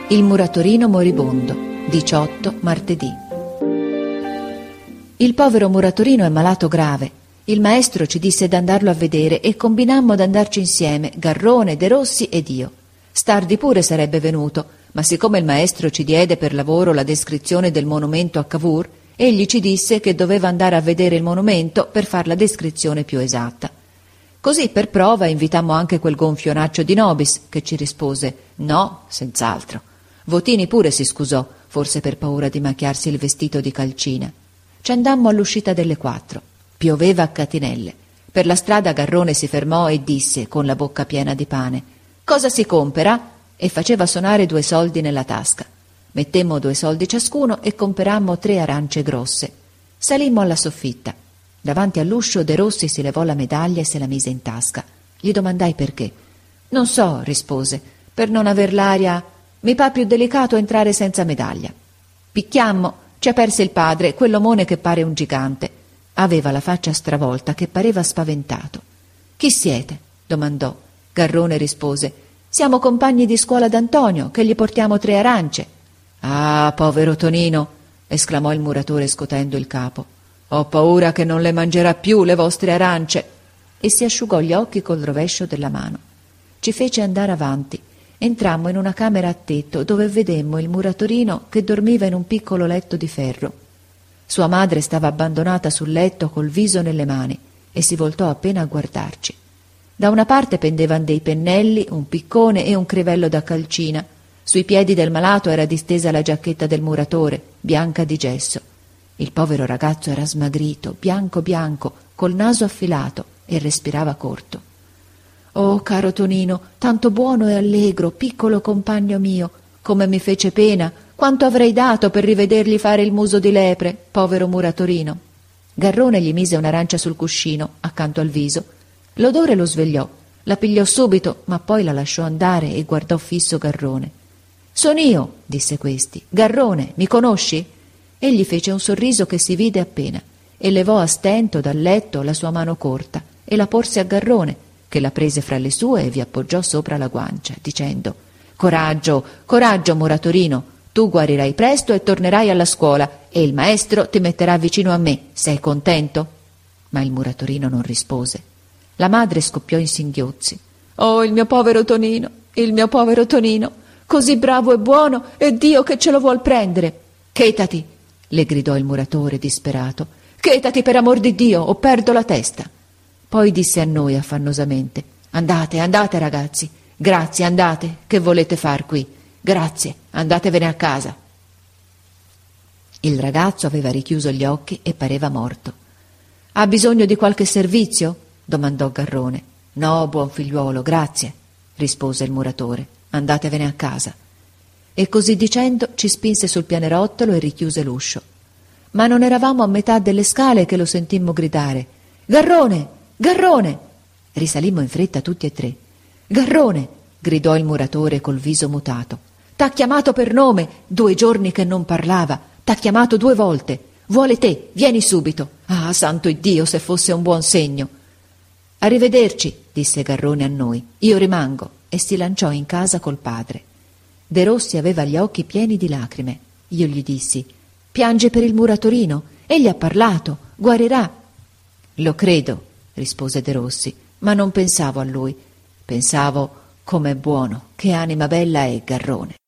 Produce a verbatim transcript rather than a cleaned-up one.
Il muratorino moribondo, diciotto martedì. Il povero muratorino è malato grave. Il maestro ci disse d'andarlo a vedere e combinammo d'andarci insieme, Garrone, De Rossi ed io. Stardi pure sarebbe venuto, ma siccome il maestro ci diede per lavoro la descrizione del monumento a Cavour, egli ci disse che doveva andare a vedere il monumento per far la descrizione più esatta. Così per prova invitammo anche quel gonfionaccio di Nobis, che ci rispose no, senz'altro. Votini pure si scusò, forse per paura di macchiarsi il vestito di calcina. Ci andammo all'uscita delle quattro. Pioveva a catinelle. Per la strada Garrone si fermò e disse, con la bocca piena di pane: «Cosa si compera?» E faceva sonare due soldi nella tasca. Mettemmo due soldi ciascuno e comperammo tre arance grosse. Salimmo alla soffitta. Davanti all'uscio De Rossi si levò la medaglia e se la mise in tasca. Gli domandai perché. «Non so», rispose, «per non aver l'aria... Mi par più delicato entrare senza medaglia». Picchiammo, ci aperse il padre, quell'omone che pare un gigante. Aveva la faccia stravolta, che pareva spaventato. «Chi siete?» domandò. Garrone rispose: «Siamo compagni di scuola d'Antonio, che gli portiamo tre arance». «Ah, povero Tonino!» esclamò il muratore scotendo il capo. «Ho paura che non le mangerà più le vostre arance!» E si asciugò gli occhi col rovescio della mano. Ci fece andare avanti. Entrammo in una camera a tetto dove vedemmo il muratorino che dormiva in un piccolo letto di ferro. Sua madre stava abbandonata sul letto col viso nelle mani e si voltò appena a guardarci. Da una parte pendevano dei pennelli, un piccone e un crivello da calcina. Sui piedi del malato era distesa la giacchetta del muratore, bianca di gesso. Il povero ragazzo era smagrito, bianco bianco, col naso affilato e respirava corto. «Oh, caro Tonino, tanto buono e allegro, piccolo compagno mio, come mi fece pena, quanto avrei dato per rivedergli fare il muso di lepre, povero muratorino». Garrone gli mise un'arancia sul cuscino, accanto al viso. L'odore lo svegliò, la pigliò subito, ma poi la lasciò andare e guardò fisso Garrone. «Son io», disse questi, «Garrone, mi conosci?» Egli fece un sorriso che si vide appena e levò a stento dal letto la sua mano corta e la porse a Garrone, che la prese fra le sue e vi appoggiò sopra la guancia, dicendo: «Coraggio, coraggio, muratorino, tu guarirai presto e tornerai alla scuola e il maestro ti metterà vicino a me. Sei contento?» Ma il muratorino non rispose. La madre scoppiò in singhiozzi. «Oh, il mio povero Tonino, il mio povero Tonino, così bravo e buono, e Dio che ce lo vuol prendere!» «Chetati!» le gridò il muratore disperato. «Chetati per amor di Dio, o perdo la testa!» Poi disse a noi affannosamente: «Andate, andate ragazzi, grazie, andate, che volete far qui? Grazie, andatevene a casa». Il ragazzo aveva richiuso gli occhi e pareva morto. «Ha bisogno di qualche servizio?» domandò Garrone. «No, buon figliuolo, grazie», rispose il muratore, «andatevene a casa». E così dicendo ci spinse sul pianerottolo e richiuse l'uscio. Ma non eravamo a metà delle scale che lo sentimmo gridare: «Garrone! Garrone!» Risalimmo in fretta tutti e tre. «Garrone!» gridò il muratore col viso mutato. «T'ha chiamato per nome, due giorni che non parlava, t'ha chiamato due volte. Vuole te, vieni subito. Ah, santo Iddio, se fosse un buon segno!» «Arrivederci», disse Garrone a noi, «io rimango», e si lanciò in casa col padre. De Rossi aveva gli occhi pieni di lacrime. Io gli dissi: «Piange per il muratorino? Egli ha parlato, guarirà». «Lo credo», rispose De Rossi, «ma non pensavo a lui. Pensavo com'è buono, che anima bella è Garrone».